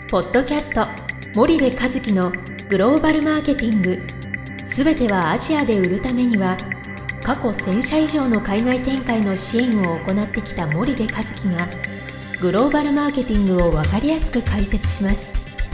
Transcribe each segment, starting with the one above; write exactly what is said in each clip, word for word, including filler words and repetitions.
ポッドキャスト森部一樹のグローバルマーケティング、すべてはアジアで売るためには、過去せん社以上の海外展開の支援を行ってきた森部一樹がグローバルマーケティングを分かりやすく解説します。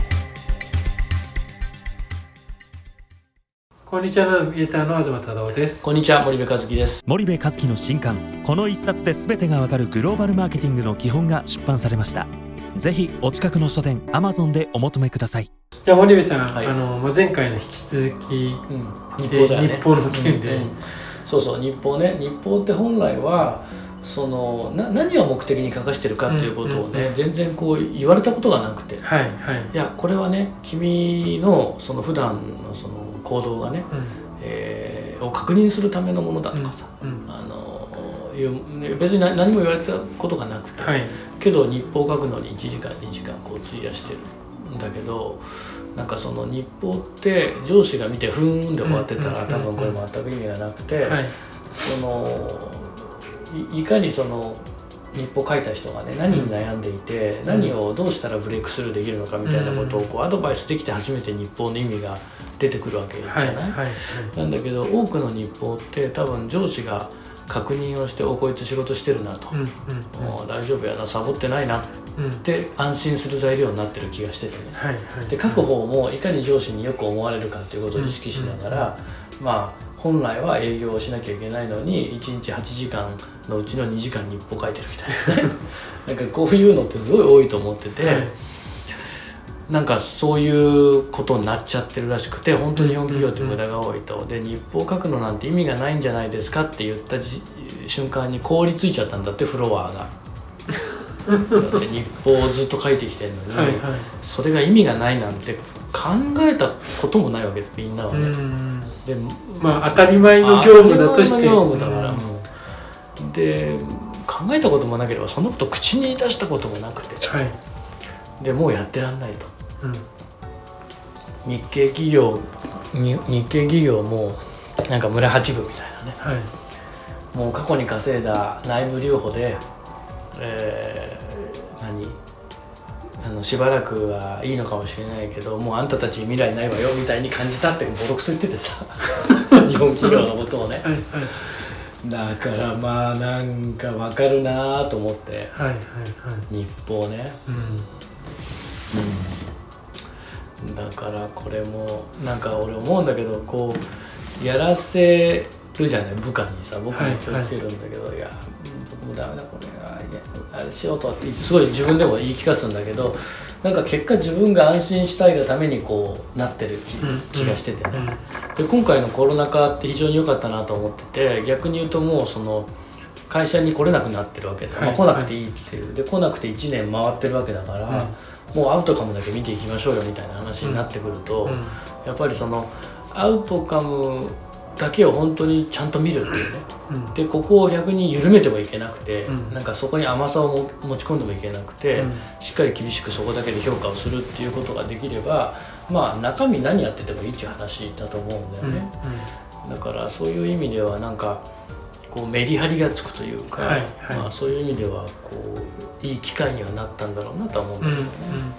こんにちは、ナビゲーターの東忠夫です。 こんにちは、森部一樹です。 森部一樹の新刊、この一冊で全てがわかるグローバルマーケティングの基本が出版されました。ぜひお近くの書店 Amazon でお求めください。 じゃあ森部さん、 はい、 あの前回の引き続き、 うん、日報だよね。 日報の件で、 うんうん、そうそう、日報ね。日報って本来はそのな何を目的に書かしてるかっていうことをね、うんうん、全然こう言われたことがなくて、 はいはい、 いやこれはね、君のその普段のその行動がね、うん、えー、を確認するためのものだとかさ、うんうん、あのいう別に何も言われたことがなくて、はい、けど日報を書くのにいちじかんにじかんこう費やしてるんだけど、なんかその日報って上司が見てふーんで終わってたら、多分これ全く意味がなくて、はい、その い, いかにその日報書いた人がね、何に悩んでいて、うん、何をどうしたらブレイクスルーできるのかみたいなことをこうアドバイスできて初めて日報の意味が出てくるわけじゃない、はいはいはい、なんだけど多くの日報って多分上司が確認をして、おこいつ仕事してるなと、うんうんうん、もう大丈夫やな、サボってないなって安心する材料になってる気がしててね、はいはい、で書く方もいかに上司によく思われるかということを意識しながら、うんうん、まあ本来は営業をしなきゃいけないのにいちにちはちじかんのうちのにじかん日報書いてるみたいなねなんかこういうのってすごい多いと思ってて、はい、なんかそういうことになっちゃってるらしくて、本当に日本企業って無駄が多いと。で日報を書くのなんて意味がないんじゃないですかって言った瞬間に凍りついちゃったんだって、フロアがだって日報をずっと書いてきてるのに、はいはい、それが意味がないなんて考えたこともないわけで、みんなはね。うんでまあ当たり前の業務だとして、 当たり前の業務だから、うん、で考えたこともなければそんなこと口に出したこともなくて、はい、でもうやってらんないと、うん、日系企業日系企業もなんか村八分みたいなね、はい、もう過去に稼いだ内部留保で、えー、何あのしばらくはいいのかもしれないけど、もうあんたたち未来ないわよみたいに感じたってボロクソ言っててさ日本企業のことをね、はいはい、だからまあなんか分かるなと思って、はいはいはい、日報ね、うんうん、だからこれもなんか俺思うんだけど、こうやらせるじゃない、部下にさ、僕も気をつけるんだけど、はいはい、いや僕もダメだこれがあれしようとってすごい自分でも言い聞かすんだけど、なんか結果自分が安心したいがためにこうなってる 気,、うん、気がしててね、うん、で今回のコロナ禍って非常に良かったなと思ってて、逆に言うともうその会社に来れなくなってるわけで、はい、まあ、来なくていいっていう、で来なくていちねん回ってるわけだから、うん、もうアウトカムだけ見ていきましょうよみたいな話になってくると、うんうん、やっぱりそのアウトカムだけを本当にちゃんと見るっていうね、うん、でここを逆に緩めてもいけなくて、うん、なんかそこに甘さを持ち込んでもいけなくて、うん、しっかり厳しくそこだけで評価をするっていうことができれば、まあ中身何やっててもいいっていう話だと思うんだよね、うんうん、だからそういう意味ではなんかこうメリハリがつくというか、はいはい、まあ、そういう意味ではこういい機会にはなったんだろうなとは思うんだけどね、うんうんうんうん、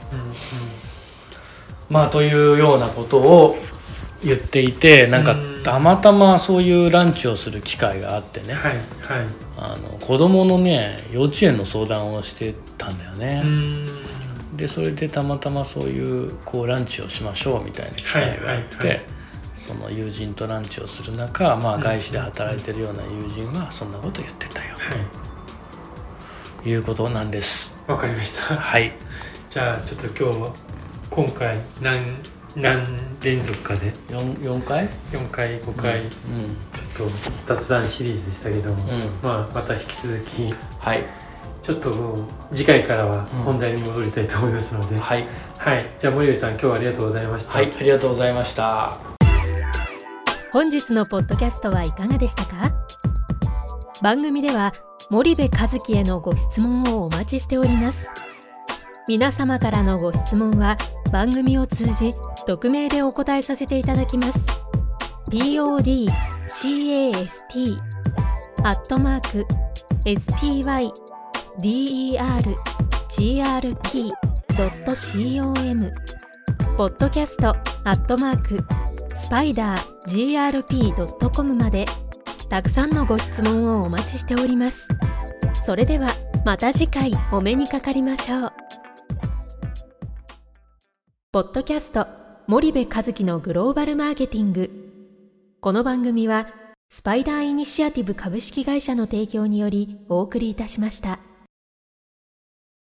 まあというようなことを言っていて、なんかたまたまそういうランチをする機会があってね、はいはい、あの子供のね幼稚園の相談をしてたんだよね。でそれでたまたまそういう、こうランチをしましょうみたいな機会があって、はいはいはい、その友人とランチをする中、まあ、外資で働いてるような友人がそんなこと言ってたよ、はい、ということなんです。 わかりました。 はい。 じゃあちょっと今日は今回何何連続かで 4, 4回 ?よんかいごかい、うんうん、ちょっと雑談シリーズでしたけども、うん、まあ、また引き続き、はい、ちょっともう次回からは本題に戻りたいと思いますので、うん、はい、はい、じゃあ森部さん今日はありがとうございました。 はい、ありがとうございました。 本日のポッドキャストはいかがでしたか？番組では森部一樹へのご質問をお待ちしております。皆様からのご質問は番組を通じ匿名でお答えさせていただきます。ピーオーディーキャスト アットマーク エスピーワイディーイーアールジーアールピードットコム ポッドキャストアットマークスパイダー ジーアールピー ドットコム までたくさんのご質問をお待ちしております。それではまた次回お目にかかりましょう。ポッドキャスト森部和樹のグローバルマーケティング。この番組はスパイダーイニシアティブ株式会社の提供によりお送りいたしました。